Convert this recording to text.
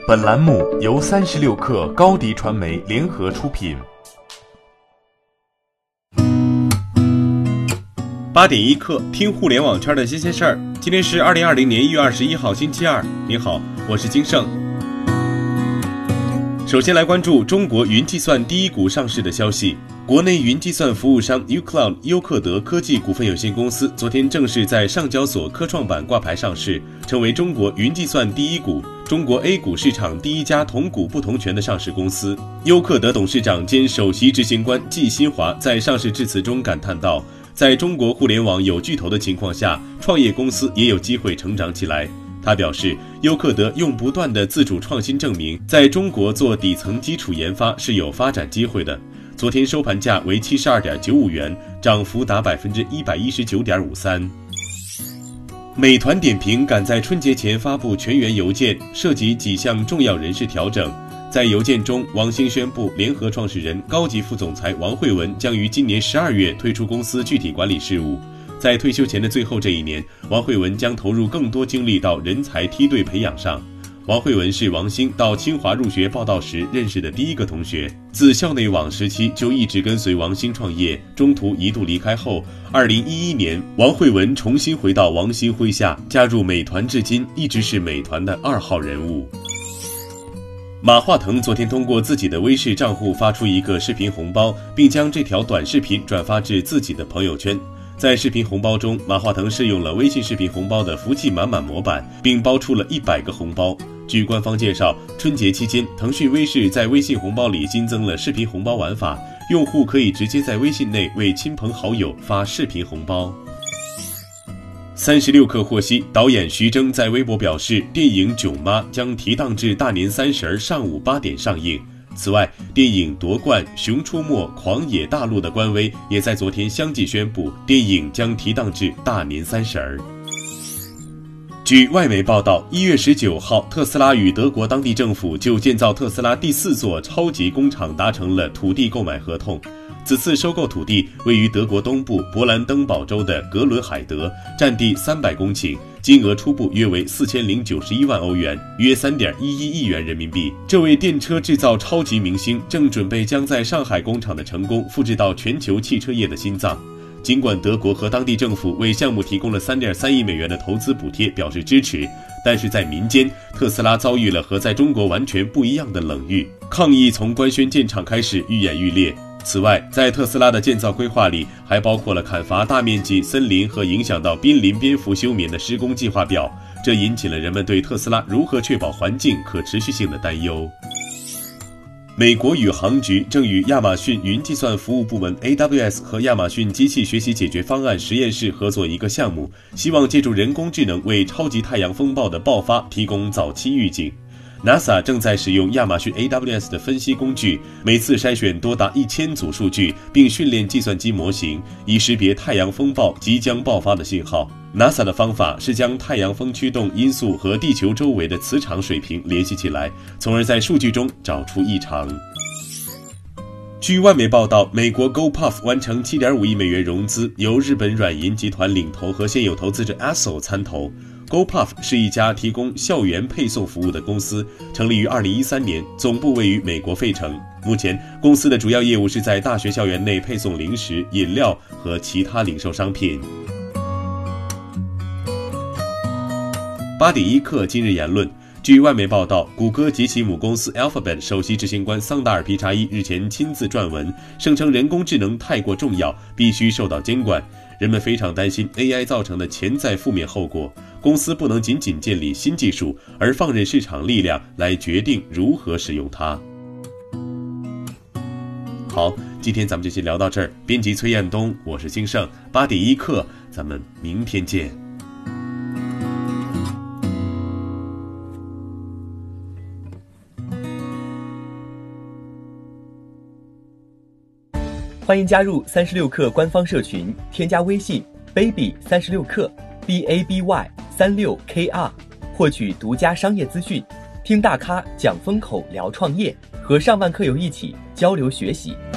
本栏目由36氪高迪传媒联合出品。 8点1刻，听互联网圈的新鲜事儿。今天是2020年1月21号，星期二。您好，我是金盛。首先来关注中国云计算第一股上市的消息。国内云计算服务商 uCloud 优客德科技股份有限公司昨天正式在上交所科创板挂牌上市，成为中国云计算第一股、中国 A 股市场第一家同股不同权的上市公司。优客德董事长兼首席执行官季新华在上市致辞中感叹道，在中国互联网有巨头的情况下，创业公司也有机会成长起来。他表示，优客德用不断的自主创新证明，在中国做底层基础研发是有发展机会的。昨天收盘价为 72.95 元，涨幅达 119.53%。美团点评赶在春节前发布全员邮件，涉及几项重要人事调整。在邮件中，王兴宣布联合创始人、高级副总裁王慧文将于今年12月退出公司具体管理事务。在退休前的最后这一年，王慧文将投入更多精力到人才梯队培养上。王慧文是王兴到清华入学报道时认识的第一个同学，自校内网时期就一直跟随王兴创业，中途一度离开后，2011年王慧文重新回到王兴麾下，加入美团至今，一直是美团的2号人物。马化腾昨天通过自己的微视账户发出一个视频红包，并将这条短视频转发至自己的朋友圈。在视频红包中，马化腾试用了微信视频红包的福气满满模板，并包出了100个红包。据官方介绍，春节期间，腾讯微视在微信红包里新增了视频红包玩法，用户可以直接在微信内为亲朋好友发视频红包。36氪获悉，导演徐峥在微博表示，电影《囧妈》将提档至大年30上午8点上映。此外，电影《夺冠》《熊出没》《狂野大陆》的官微也在昨天相继宣布，电影将提档至大年30。据外媒报道，1月19号，特斯拉与德国当地政府就建造特斯拉第4座超级工厂达成了土地购买合同。此次收购土地位于德国东部勃兰登堡州的格伦海德，占地300公顷，金额初步约为4091万欧元，约3.11亿元人民币。这位电车制造超级明星正准备将在上海工厂的成功复制到全球汽车业的心脏。尽管德国和当地政府为项目提供了3.3亿美元的投资补贴表示支持，但是在民间，特斯拉遭遇了和在中国完全不一样的冷遇，抗议从官宣建厂开始愈演愈烈。此外，在特斯拉的建造规划里，还包括了砍伐大面积森林和影响到濒临边幅休眠的施工计划表，这引起了人们对特斯拉如何确保环境可持续性的担忧。美国宇航局正与亚马逊云计算服务部门 AWS 和亚马逊机器学习解决方案实验室合作一个项目，希望借助人工智能为超级太阳风暴的爆发提供早期预警。NASA 正在使用亚马逊 AWS 的分析工具，每次筛选多达1000组数据，并训练计算机模型，以识别太阳风暴即将爆发的信号。NASA 的方法是将太阳风驱动因素和地球周围的磁场水平联系起来，从而在数据中找出异常。据外媒报道，美国 GoPuff 完成 7.5 亿美元融资，由日本软银集团领投和现有投资者 ASO 参投。GoPuff 是一家提供校园配送服务的公司，成立于2013年，总部位于美国费城。目前，公司的主要业务是在大学校园内配送零食、饮料和其他零售商品。8点1刻今日言论。据外媒报道，谷歌及其母公司 Alphabet 首席执行官桑达尔皮查伊日前亲自撰文，声称人工智能太过重要，必须受到监管。人们非常担心 AI 造成的潜在负面后果，公司不能仅仅建立新技术，而放任市场力量来决定如何使用它。好，今天咱们就先聊到这儿。编辑崔彦东，我是金盛，8点1刻，咱们明天见。 欢迎加入36氪官方社群，添加微信 baby36氪 BABY36KR， 获取独家商业资讯，听大咖讲风口聊创业，和上万客友一起交流学习。